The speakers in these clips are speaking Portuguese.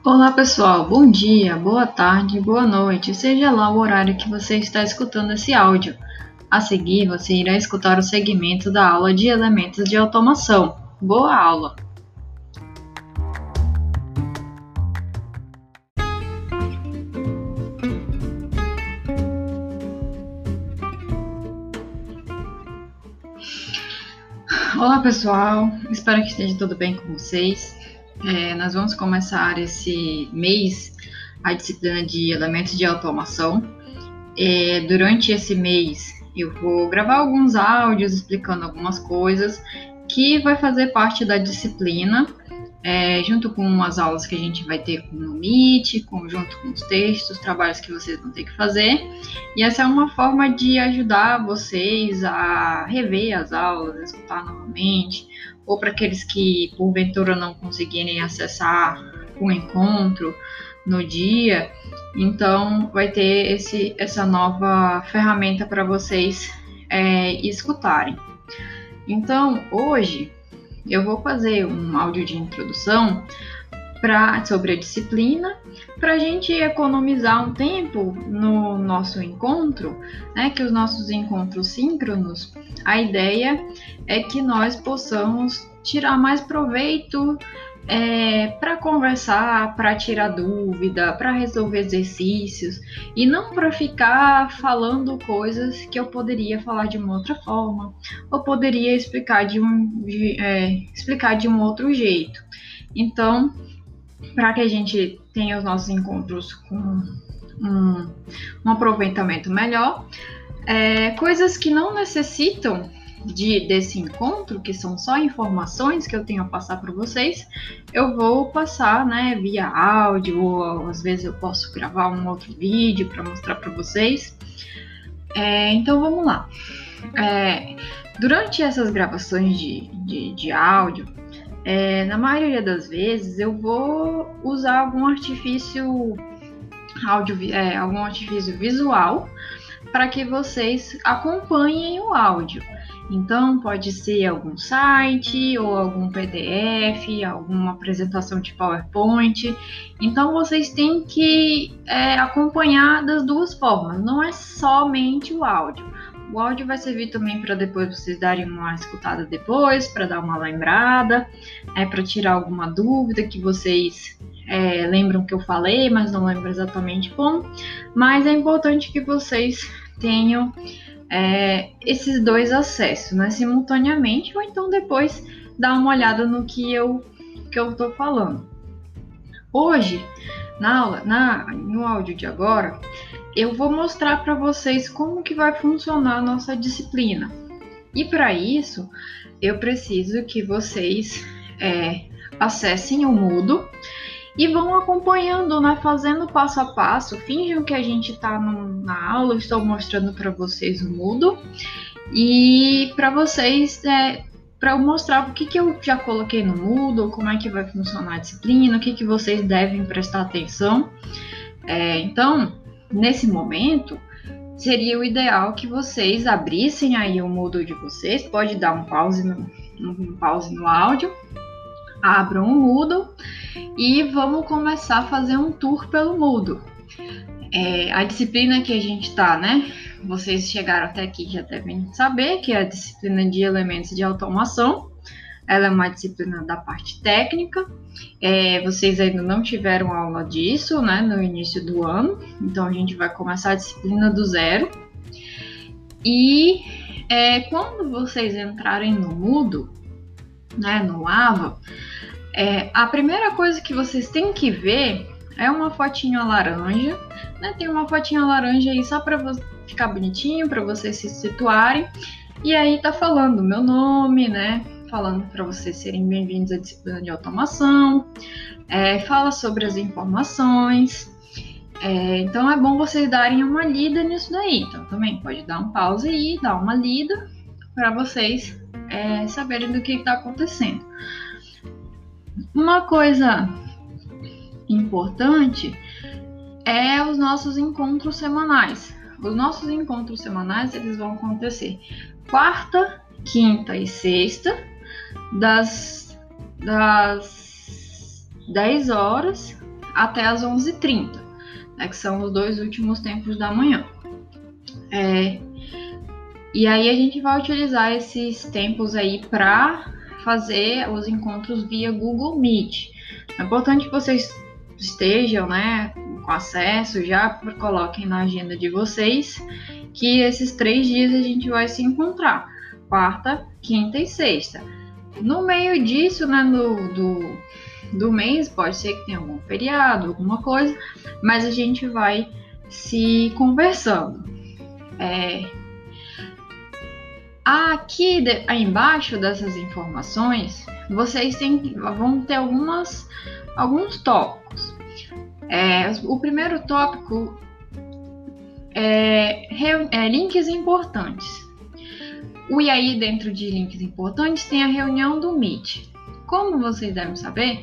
Olá pessoal, bom dia, boa tarde, boa noite, seja lá o horário que você está escutando esse áudio. A seguir, você irá escutar o segmento da aula de elementos de automação. Boa aula! Olá pessoal, espero que esteja tudo bem com vocês. Nós vamos começar esse mês a disciplina de elementos de automação. Durante esse mês eu vou gravar alguns áudios explicando algumas coisas que vai fazer parte da disciplina, junto com as aulas que a gente vai ter no Meet, junto com os textos, trabalhos que vocês vão ter que fazer. E essa é uma forma de ajudar vocês a rever as aulas, escutar novamente, ou para aqueles que porventura não conseguirem acessar o encontro no dia. Então vai ter essa nova ferramenta para vocês escutarem. Então hoje eu vou fazer um áudio de introdução sobre a disciplina, para a gente economizar um tempo no nosso encontro, né, que os nossos encontros síncronos, a ideia é que nós possamos tirar mais proveito para conversar, para tirar dúvida, para resolver exercícios, e não para ficar falando coisas que eu poderia falar de uma outra forma, ou poderia explicar de um outro jeito. Então, para que a gente tenha os nossos encontros com um aproveitamento melhor, coisas que não necessitam desse encontro, que são só informações que eu tenho a passar para vocês, eu vou passar, né, via áudio, ou às vezes eu posso gravar um outro vídeo para mostrar para vocês. Então vamos lá. Durante essas gravações de áudio, na maioria das vezes eu vou usar algum artifício visual para que vocês acompanhem o áudio. Então pode ser algum site ou algum PDF, alguma apresentação de PowerPoint. Então vocês têm que acompanhar das duas formas, não é somente o áudio. O áudio vai servir também para depois vocês darem uma escutada depois, para dar uma lembrada, para tirar alguma dúvida que vocês lembram que eu falei, mas não lembram exatamente como. Mas é importante que vocês tenham esses dois acessos, né, simultaneamente, ou então depois dar uma olhada no que eu estou falando. Hoje, na aula, no áudio de agora, eu vou mostrar para vocês como que vai funcionar a nossa disciplina. E para isso, eu preciso que vocês acessem o Moodle e vão acompanhando, né, fazendo passo a passo. Finjam que a gente está na aula, eu estou mostrando para vocês o Moodle. E para vocês, para eu mostrar o que eu já coloquei no Moodle, como é que vai funcionar a disciplina, o que vocês devem prestar atenção. Então, nesse momento, seria o ideal que vocês abrissem aí o Moodle de vocês. Pode dar um pause no áudio, abram o Moodle e vamos começar a fazer um tour pelo Moodle. A disciplina que a gente está, né? Vocês chegaram até aqui já devem saber que é a disciplina de elementos de automação. Ela é uma disciplina da parte técnica. Vocês ainda não tiveram aula disso, né, no início do ano. Então a gente vai começar a disciplina do zero. E quando vocês entrarem no Moodle, né, no Lava, a primeira coisa que vocês têm que ver é uma fotinha laranja, né? Tem uma fotinha laranja aí só para ficar bonitinho, para vocês se situarem. E aí tá falando meu nome, né? Falando para vocês serem bem-vindos à disciplina de automação. Fala sobre as informações. Então é bom vocês darem uma lida nisso daí. Então também pode dar um pause aí, dar uma lida para vocês saberem do que está acontecendo. Uma coisa importante é os nossos encontros semanais. Os nossos encontros semanais, eles vão acontecer quarta, quinta e sexta, das 10 horas até as 11h30, né, que são os 2 últimos tempos da manhã. E aí a gente vai utilizar esses tempos aí para fazer os encontros via Google Meet. É importante que vocês estejam, né, com acesso, já coloquem na agenda de vocês que esses 3 dias a gente vai se encontrar, quarta, quinta e sexta. No meio disso, né, do mês, pode ser que tenha algum feriado, alguma coisa, mas a gente vai se conversando. Aqui embaixo dessas informações, vocês vão ter alguns tópicos. O primeiro tópico é links importantes. E aí, dentro de links importantes, tem a reunião do Meet. Como vocês devem saber,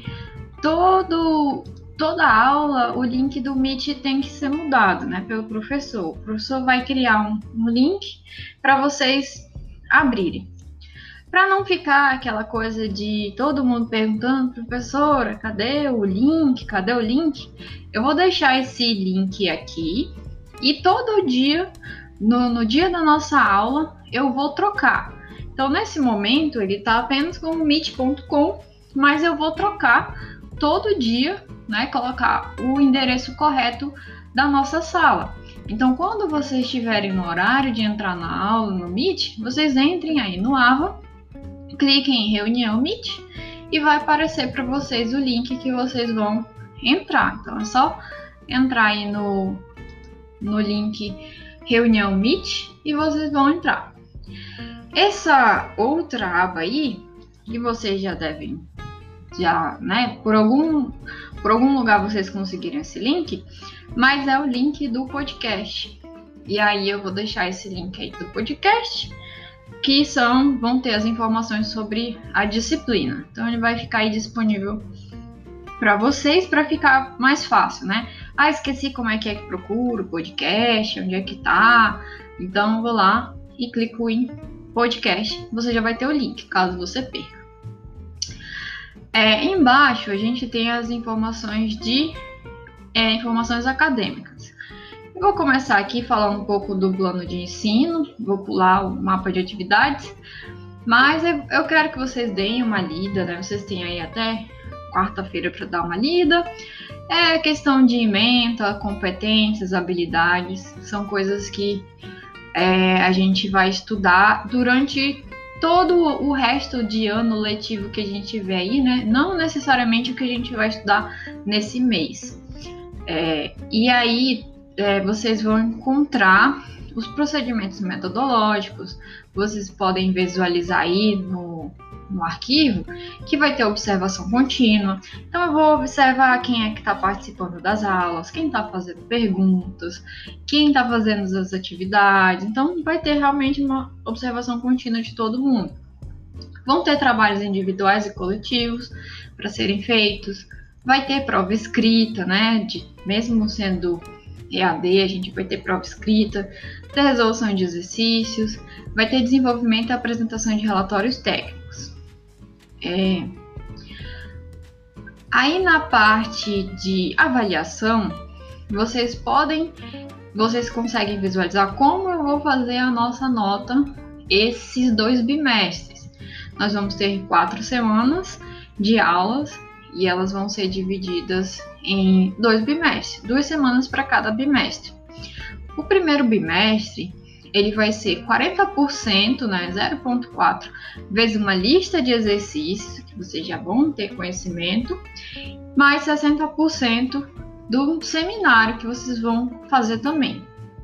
toda aula, o link do Meet tem que ser mudado, né, pelo professor. O professor vai criar um link para vocês abrirem. Para não ficar aquela coisa de todo mundo perguntando, professora, cadê o link? Cadê o link? Eu vou deixar esse link aqui e todo dia, no dia da nossa aula, eu vou trocar. Então, nesse momento, ele está apenas com o meet.com, mas eu vou trocar todo dia, né, colocar o endereço correto da nossa sala. Então, quando vocês estiverem no horário de entrar na aula no Meet, vocês entrem aí no Ava, cliquem em reunião Meet e vai aparecer para vocês o link que vocês vão entrar. Então, é só entrar aí no link reunião Meet e vocês vão entrar. Essa outra aba aí, que vocês já devem, né, por algum lugar vocês conseguiram esse link, mas é o link do podcast. E aí eu vou deixar esse link aí do podcast, que vão ter as informações sobre a disciplina. Então ele vai ficar aí disponível para vocês, para ficar mais fácil, né? Esqueci como é que procuro o podcast, onde é que tá. Então eu vou lá e clico em podcast. Você já vai ter o link, caso você perca. Embaixo a gente tem as informações informações acadêmicas. Eu vou começar aqui falando um pouco do plano de ensino, vou pular o mapa de atividades, mas eu quero que vocês deem uma lida, né? Vocês têm aí até quarta-feira para dar uma lida. Questão de ementa, competências, habilidades, são coisas que a gente vai estudar durante todo o resto de ano letivo que a gente vê aí, né? Não necessariamente o que a gente vai estudar nesse mês. E aí vocês vão encontrar os procedimentos metodológicos, vocês podem visualizar aí no arquivo, que vai ter observação contínua. Então eu vou observar quem é que está participando das aulas, quem está fazendo perguntas, quem está fazendo as atividades. Então vai ter realmente uma observação contínua de todo mundo. Vão ter trabalhos individuais e coletivos para serem feitos. Vai ter prova escrita, né? Mesmo sendo EAD, a gente vai ter prova escrita, ter resolução de exercícios, vai ter desenvolvimento e apresentação de relatórios técnicos. Aí na parte de avaliação, vocês conseguem visualizar como eu vou fazer a nossa nota esses 2 bimestres. Nós vamos ter 4 semanas de aulas e elas vão ser divididas em 2 bimestres, 2 semanas para cada bimestre. O primeiro bimestre, ele vai ser 40%, né, 0,4, vezes uma lista de exercícios, que vocês já vão ter conhecimento, mais 60% do seminário que vocês vão fazer também.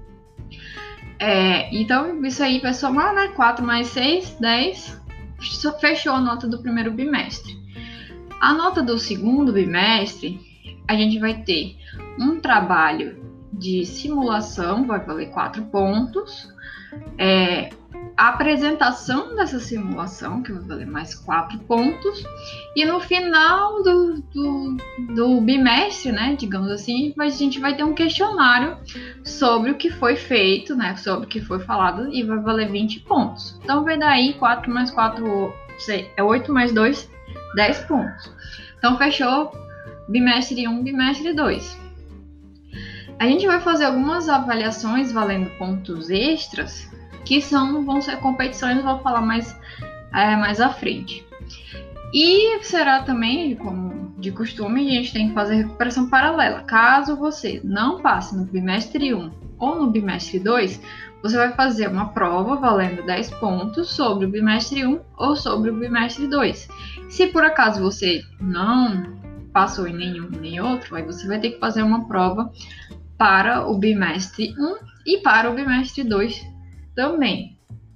Então, isso aí vai somar, né, 4 mais 6, 10, fechou a nota do primeiro bimestre. A nota do segundo bimestre, a gente vai ter um trabalho de simulação, vai valer 4 pontos, a apresentação dessa simulação, que vai valer mais 4 pontos, e no final do bimestre, né, digamos assim, a gente vai ter um questionário sobre o que foi feito, né, sobre o que foi falado, e vai valer 20 pontos. Então vai dar aí 4 mais 4, 8 mais 2, 10 pontos. Então fechou bimestre 1, bimestre 2. A gente vai fazer algumas avaliações valendo pontos extras, que vão ser competições, vou falar mais à frente. E será também, como de costume, a gente tem que fazer recuperação paralela. Caso você não passe no bimestre 1 ou no bimestre 2, você vai fazer uma prova valendo 10 pontos sobre o bimestre 1 ou sobre o bimestre 2. Se por acaso você não passou em nenhum nem outro, aí você vai ter que fazer uma prova para o bimestre 1 e para o bimestre 2 também.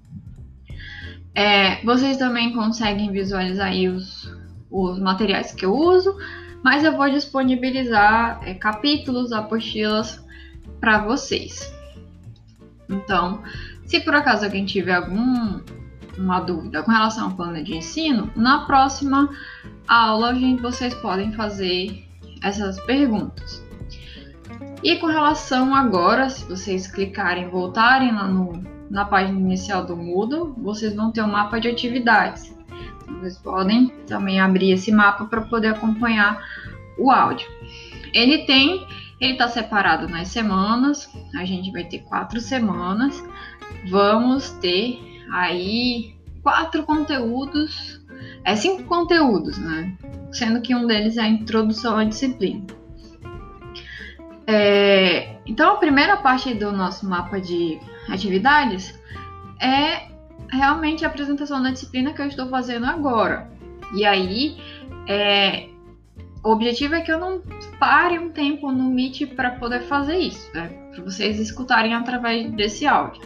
Vocês também conseguem visualizar aí os materiais que eu uso, mas eu vou disponibilizar capítulos, apostilas para vocês. Então, se por acaso alguém tiver alguma dúvida com relação ao plano de ensino, na próxima aula vocês podem fazer essas perguntas. E com relação agora, se vocês clicarem, voltarem lá na página inicial do Moodle, vocês vão ter um mapa de atividades. Vocês podem também abrir esse mapa para poder acompanhar o áudio. Ele está separado nas semanas, a gente vai ter 4 semanas, vamos ter aí 5 conteúdos, né? Sendo que um deles é a introdução à disciplina. Então, a primeira parte do nosso mapa de atividades é realmente a apresentação da disciplina que eu estou fazendo agora. E aí, o objetivo é que eu não pare um tempo no Meet para poder fazer isso, né? Para vocês escutarem através desse áudio.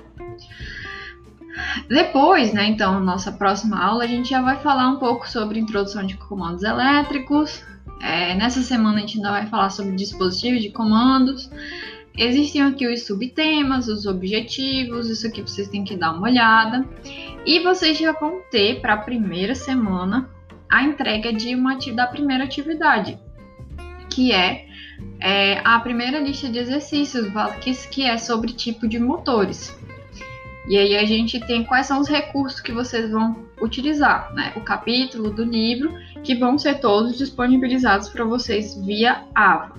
Depois, né, então, nossa próxima aula, a gente já vai falar um pouco sobre introdução de comandos elétricos. Nessa semana a gente ainda vai falar sobre dispositivos de comandos. Existem aqui os subtemas, os objetivos, isso aqui vocês têm que dar uma olhada. E vocês já vão ter para a primeira semana a entrega da primeira atividade, que é a primeira lista de exercícios, que é sobre tipo de motores. E aí a gente tem quais são os recursos que vocês vão utilizar, né? O capítulo do livro, que vão ser todos disponibilizados para vocês via AVA.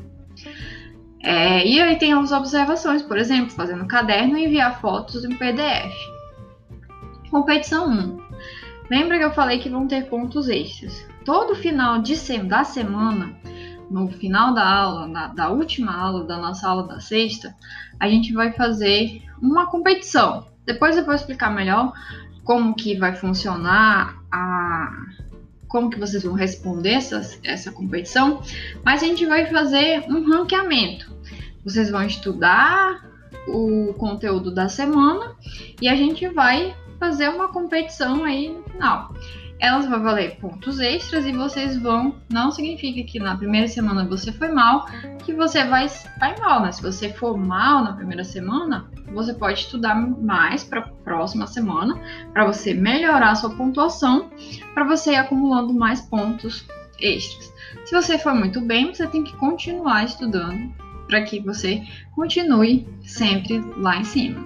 E aí tem as observações, por exemplo, fazendo caderno e enviar fotos em PDF. Competição 1. Lembra que eu falei que vão ter pontos extras? Todo final da semana, no final da aula, da última aula, da nossa aula da sexta, a gente vai fazer uma competição. Depois eu vou explicar melhor como que vai funcionar, como que vocês vão responder essa competição, mas a gente vai fazer um ranqueamento. Vocês vão estudar o conteúdo da semana e a gente vai fazer uma competição aí no final. Elas vão valer pontos extras e vocês não significa que na primeira semana você foi mal, que você vai mal, né? Se você for mal na primeira semana, você pode estudar mais para a próxima semana, para você melhorar a sua pontuação, para você ir acumulando mais pontos extras. Se você for muito bem, você tem que continuar estudando para que você continue sempre lá em cima.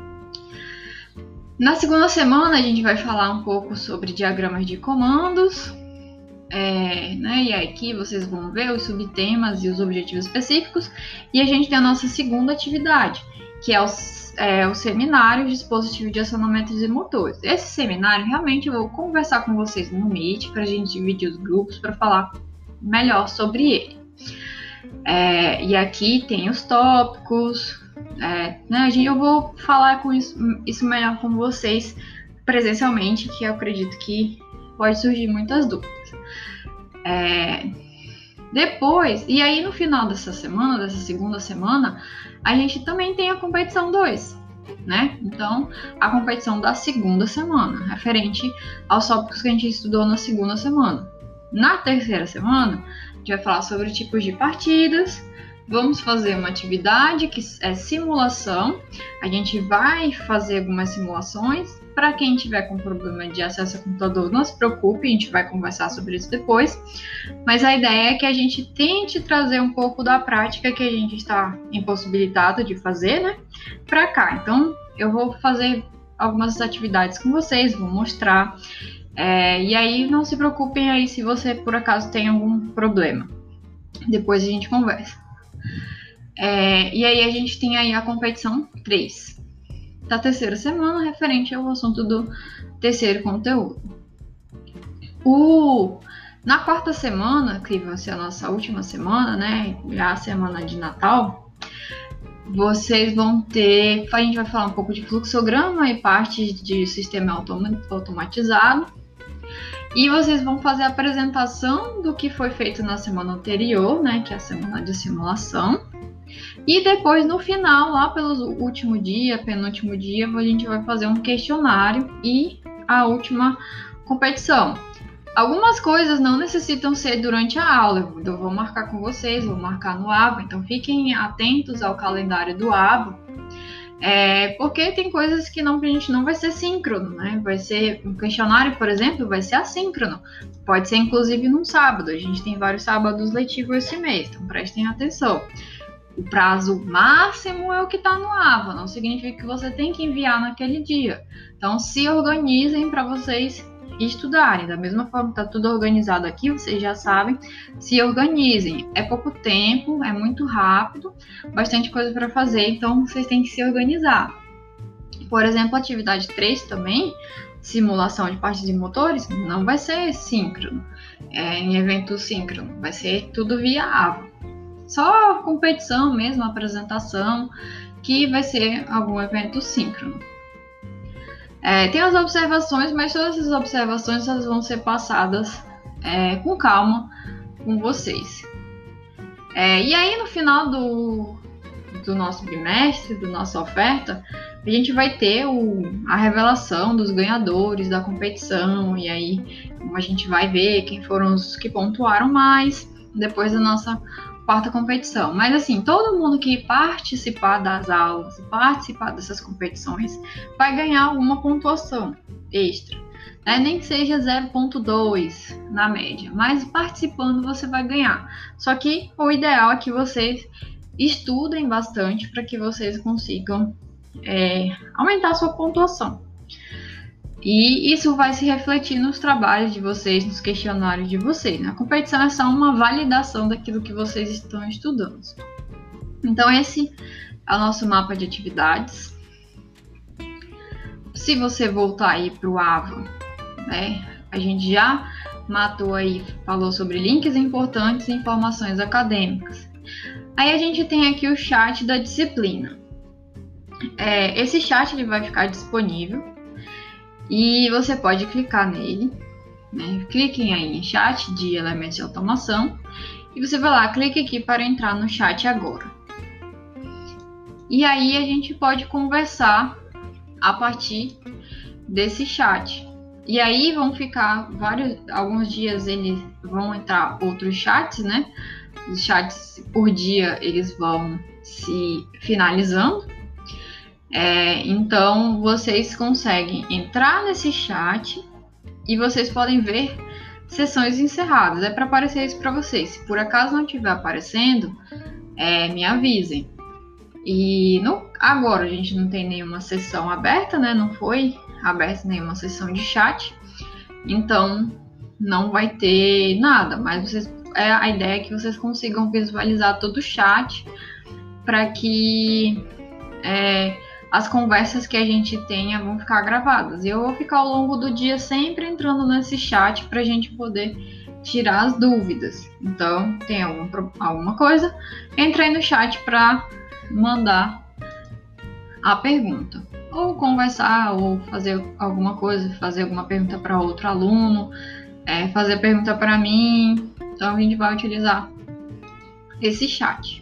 Na segunda semana, a gente vai falar um pouco sobre diagramas de comandos, né? E aqui vocês vão ver os subtemas e os objetivos específicos. E a gente tem a nossa segunda atividade, que é o seminário Dispositivo de Acionamentos e Motores. Esse seminário, realmente, eu vou conversar com vocês no Meet, para a gente dividir os grupos, para falar melhor sobre ele. E aqui tem os tópicos, né, eu vou falar com isso melhor com vocês presencialmente, que eu acredito que pode surgir muitas dúvidas. Depois, e aí no final dessa segunda semana, a gente também tem a competição 2, né? Então, a competição da segunda semana, referente aos tópicos que a gente estudou na segunda semana. Na terceira semana, a gente vai falar sobre tipos de partidas. Vamos fazer uma atividade que é simulação. A gente vai fazer algumas simulações. Para quem tiver com problema de acesso ao computador, não se preocupe, a gente vai conversar sobre isso depois. Mas a ideia é que a gente tente trazer um pouco da prática que a gente está impossibilitado de fazer, né, para cá. Então, eu vou fazer algumas atividades com vocês, vou mostrar. E aí, não se preocupem aí se você, por acaso, tem algum problema. Depois a gente conversa. E aí a gente tem aí a competição 3 da terceira semana, referente ao assunto do terceiro conteúdo. Na quarta semana, que vai ser a nossa última semana, né? Já a semana de Natal, vocês vão ter. A gente vai falar um pouco de fluxograma e partes de sistema automatizado. E vocês vão fazer a apresentação do que foi feito na semana anterior, né? Que é a semana de simulação. E depois, no final, lá pelo último dia, penúltimo dia, a gente vai fazer um questionário e a última competição. Algumas coisas não necessitam ser durante a aula, eu vou marcar com vocês, vou marcar no Abo, então fiquem atentos ao calendário do Abo, porque tem coisas que a gente não vai ser síncrono, né? Vai ser um questionário, por exemplo, vai ser assíncrono, pode ser inclusive num sábado, a gente tem vários sábados letivos esse mês, então prestem atenção. O prazo máximo é o que está no AVA, não significa que você tem que enviar naquele dia. Então, se organizem para vocês estudarem. Da mesma forma que está tudo organizado aqui, vocês já sabem, se organizem. É pouco tempo, é muito rápido, bastante coisa para fazer, então vocês têm que se organizar. Por exemplo, a atividade 3 também, simulação de partes de motores, não vai ser síncrono, em evento síncrono, vai ser tudo via AVA. Só a competição mesmo, a apresentação, que vai ser algum evento síncrono. Tem as observações, mas todas essas observações elas vão ser passadas com calma com vocês. E aí, no final do nosso bimestre, da nossa oferta, a gente vai ter a revelação dos ganhadores da competição, e aí a gente vai ver quem foram os que pontuaram mais depois da nossa quarta competição. Mas assim, todo mundo que participar das aulas, participar dessas competições, vai ganhar alguma pontuação extra, né? Nem que seja 0,2 na média, mas participando você vai ganhar. Só que o ideal é que vocês estudem bastante para que vocês consigam aumentar a sua pontuação. E isso vai se refletir nos trabalhos de vocês, nos questionários de vocês. A competição é só uma validação daquilo que vocês estão estudando. Então, esse é o nosso mapa de atividades. Se você voltar aí para o AVA, né, a gente já matou aí, falou sobre links importantes e informações acadêmicas. Aí a gente tem aqui o chat da disciplina. Esse chat ele vai ficar disponível. E você pode clicar nele, né? Cliquem aí em chat de elementos de automação e você vai lá, clique aqui para entrar no chat agora. E aí a gente pode conversar a partir desse chat. E aí vão ficar alguns dias eles vão entrar outros chats, né? Os chats por dia eles vão se finalizando. Então vocês conseguem entrar nesse chat e vocês podem ver sessões encerradas. É para aparecer isso para vocês. Se por acaso não estiver aparecendo, me avisem. E agora a gente não tem nenhuma sessão aberta, né? Não foi aberta nenhuma sessão de chat, então não vai ter nada. Mas a ideia é que vocês consigam visualizar todo o chat para que as conversas que a gente tenha vão ficar gravadas. E eu vou ficar ao longo do dia sempre entrando nesse chat para a gente poder tirar as dúvidas. Então, tem alguma coisa, entra aí no chat para mandar a pergunta. Ou conversar, ou fazer alguma coisa, fazer alguma pergunta para outro aluno, fazer pergunta para mim. Então, a gente vai utilizar esse chat.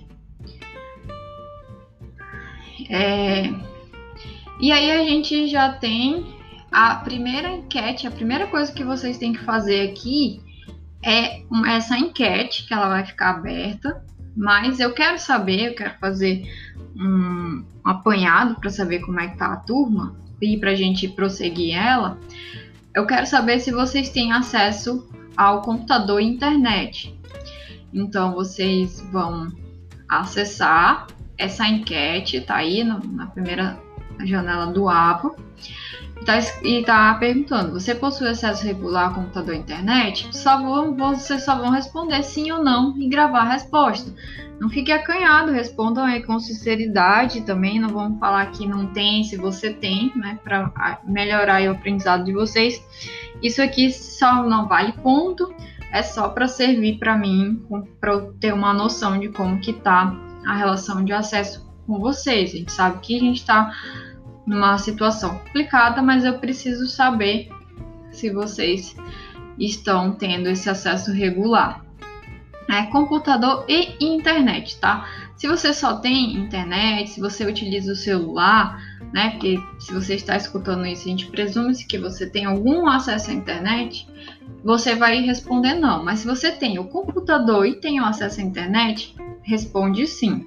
E aí a gente já tem a primeira enquete. A primeira coisa que vocês têm que fazer aqui é essa enquete, que ela vai ficar aberta. Mas eu quero fazer um apanhado para saber como é que tá a turma e para a gente prosseguir ela. Eu quero saber se vocês têm acesso ao computador e internet. Então vocês vão acessar essa enquete, tá aí na primeira janela do APA. tá perguntando, você possui acesso regular ao computador e internet? Vocês só vão responder sim ou não e gravar a resposta. Não fique acanhado, respondam aí com sinceridade também, não vamos falar que não tem, se você tem, né, para melhorar o aprendizado de vocês. Isso aqui só não vale ponto, é só para servir para mim, para eu ter uma noção de como que tá a relação de acesso com vocês. A gente sabe que a gente está numa situação complicada, mas eu preciso saber se vocês estão tendo esse acesso regular. Computador e internet, tá? Se você só tem internet, se você utiliza o celular, né? Porque se você está escutando isso, a gente presume que você tem algum acesso à internet, você vai responder não. Mas se você tem o computador e tem o acesso à internet, responde sim.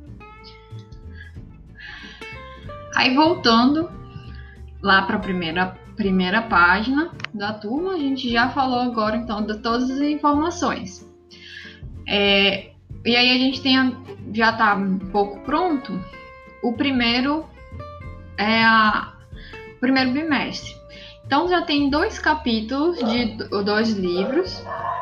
Aí voltando lá para a primeira página da turma, a gente já falou agora então de todas as informações. E aí a gente já está um pouco pronto. O primeiro bimestre. Então já tem 2 capítulos de 2 livros.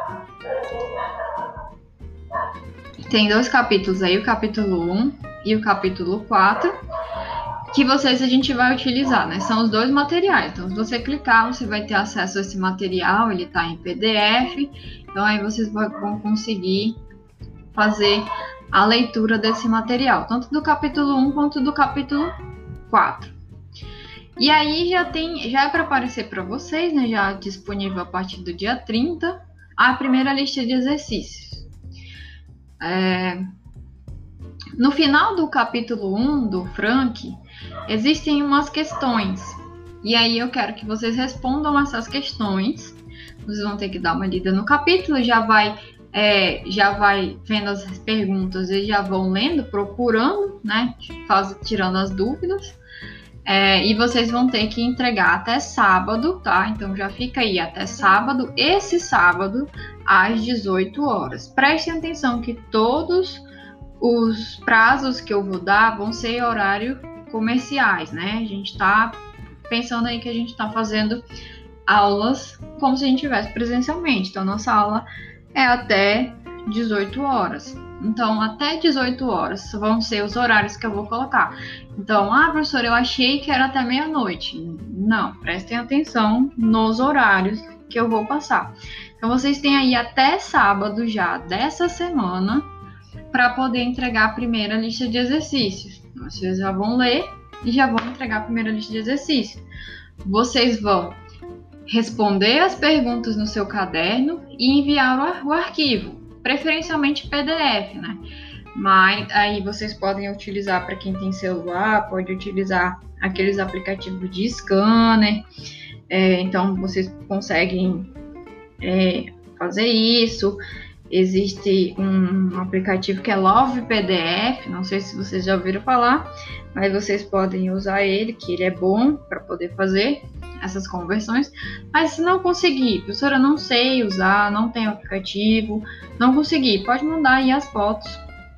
Tem 2 capítulos aí, o capítulo 1 e o capítulo 4, que a gente vai utilizar, né? São os 2 materiais. Então, se você clicar, você vai ter acesso a esse material, ele está em PDF. Então, aí vocês vão conseguir fazer a leitura desse material, tanto do capítulo 1 quanto do capítulo 4. E aí já é para aparecer para vocês, né? Já disponível a partir do dia 30, a primeira lista de exercícios. No final do capítulo 1 do Frank, existem umas questões. E aí eu quero que vocês respondam essas questões. Vocês vão ter que dar uma lida no capítulo, já vai vendo as perguntas e já vão lendo, procurando, né? Tirando as dúvidas. E vocês vão ter que entregar até sábado, tá? Então já fica aí até sábado, esse sábado, às 18 horas. Prestem atenção que todos os prazos que eu vou dar vão ser horário comerciais, né? A gente tá pensando aí que a gente tá fazendo aulas como se a gente tivesse presencialmente. Então, nossa aula é até 18 horas. Então, até 18 horas vão ser os horários que eu vou colocar. Então, professora, eu achei que era até meia-noite. Não, prestem atenção nos horários que eu vou passar. Então, vocês têm aí até sábado já dessa semana para poder entregar a primeira lista de exercícios. Vocês já vão ler e já vão entregar a primeira lista de exercícios. Vocês vão responder as perguntas no seu caderno e enviar o arquivo, preferencialmente PDF, né? Mas aí vocês podem utilizar, para quem tem celular, pode utilizar aqueles aplicativos de scanner. Então vocês conseguem fazer isso. Existe um aplicativo que é Love PDF, não sei se vocês já ouviram falar, mas vocês podem usar ele, que ele é bom para poder fazer essas conversões. Mas se não conseguir, professora, não sei usar, não tem aplicativo, não consegui, pode mandar aí as fotos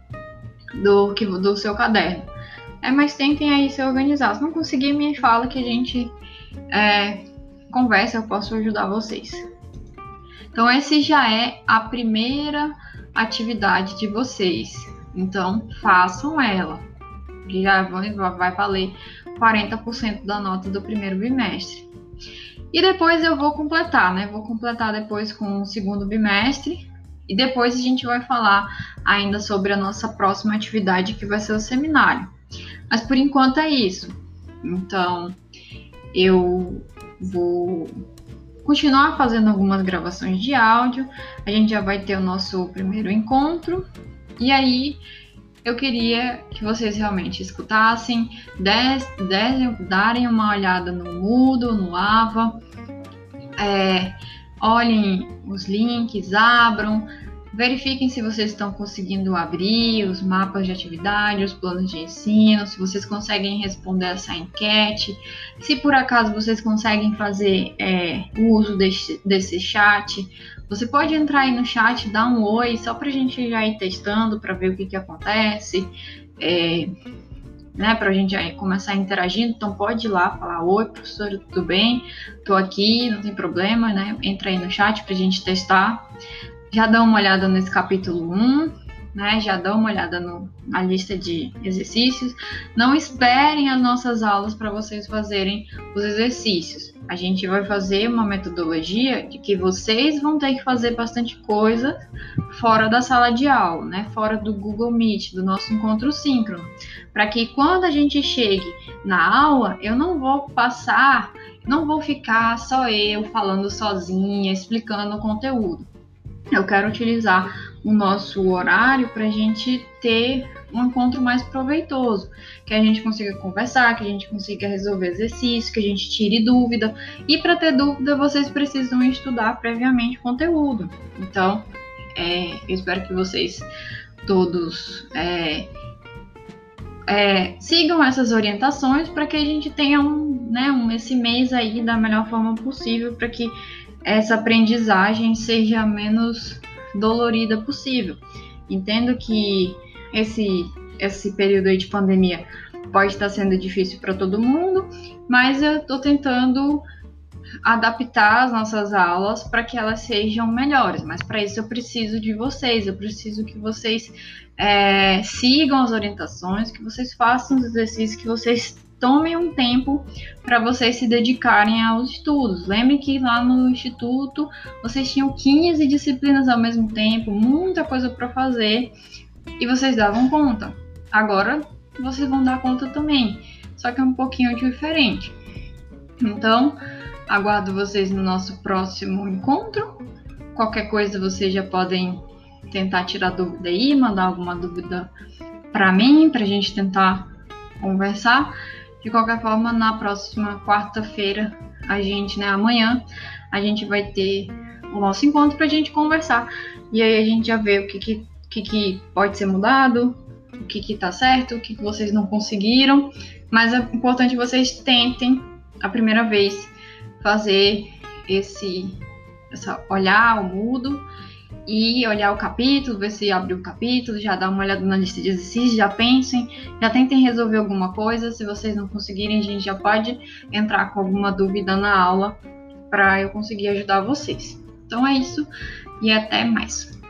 do seu caderno. Mas tentem aí se organizar. Se não conseguir, me fala que a gente conversa, eu posso ajudar vocês. Então, esse já é a primeira atividade de vocês. Então, façam ela. Que já vai valer 40% da nota do primeiro bimestre. E depois eu vou completar, né? Vou completar depois com o segundo bimestre. E depois a gente vai falar ainda sobre a nossa próxima atividade, que vai ser o seminário. Mas por enquanto é isso. Então, eu vou continuar fazendo algumas gravações de áudio. A gente já vai ter o nosso primeiro encontro. E aí, eu queria que vocês realmente escutassem, darem uma olhada no Moodle, no Ava, olhem os links, abram, verifiquem se vocês estão conseguindo abrir os mapas de atividade, os planos de ensino, se vocês conseguem responder essa enquete, se por acaso vocês conseguem fazer o uso desse chat. Você pode entrar aí no chat, dar um oi, só para a gente já ir testando, para ver o que acontece. né, para a gente aí começar interagindo. Então pode ir lá falar: oi, professora, tudo bem? Tô aqui, não tem problema, né? Entra aí no chat para a gente testar. Já dá uma olhada nesse capítulo 1, né? Já dá uma olhada na lista de exercícios. Não esperem as nossas aulas para vocês fazerem os exercícios. A gente vai fazer uma metodologia de que vocês vão ter que fazer bastante coisa fora da sala de aula, né? Fora do Google Meet, do nosso encontro síncrono, para que quando a gente chegue na aula, eu não vou ficar só eu falando sozinha, explicando o conteúdo. Eu quero utilizar o nosso horário para a gente ter um encontro mais proveitoso, que a gente consiga conversar, que a gente consiga resolver exercícios, que a gente tire dúvida. E para ter dúvida, vocês precisam estudar previamente o conteúdo. Então, eu espero que vocês todos sigam essas orientações para que a gente tenha esse mês aí da melhor forma possível, para que essa aprendizagem seja a menos dolorida possível. Entendo que esse período aí de pandemia pode estar sendo difícil para todo mundo, mas eu estou tentando adaptar as nossas aulas para que elas sejam melhores, mas para isso eu preciso de vocês, eu preciso que vocês sigam as orientações, que vocês façam os exercícios, que vocês tomem um tempo para vocês se dedicarem aos estudos. Lembre que lá no instituto vocês tinham 15 disciplinas ao mesmo tempo, muita coisa para fazer, e vocês davam conta. Agora vocês vão dar conta também, só que é um pouquinho diferente. Então, aguardo vocês no nosso próximo encontro. Qualquer coisa vocês já podem tentar tirar dúvida aí, mandar alguma dúvida para mim, para a gente tentar conversar. De qualquer forma, na próxima quarta-feira, amanhã, a gente vai ter o nosso encontro para a gente conversar. E aí a gente já vê o que pode ser mudado, o que está certo, o que vocês não conseguiram. Mas é importante que vocês tentem, a primeira vez, fazer olhar o mudo e olhar o capítulo, ver se abriu o capítulo, já dá uma olhada na lista de exercícios, já pensem, já tentem resolver alguma coisa. Se vocês não conseguirem, a gente já pode entrar com alguma dúvida na aula para eu conseguir ajudar vocês. Então é isso e até mais.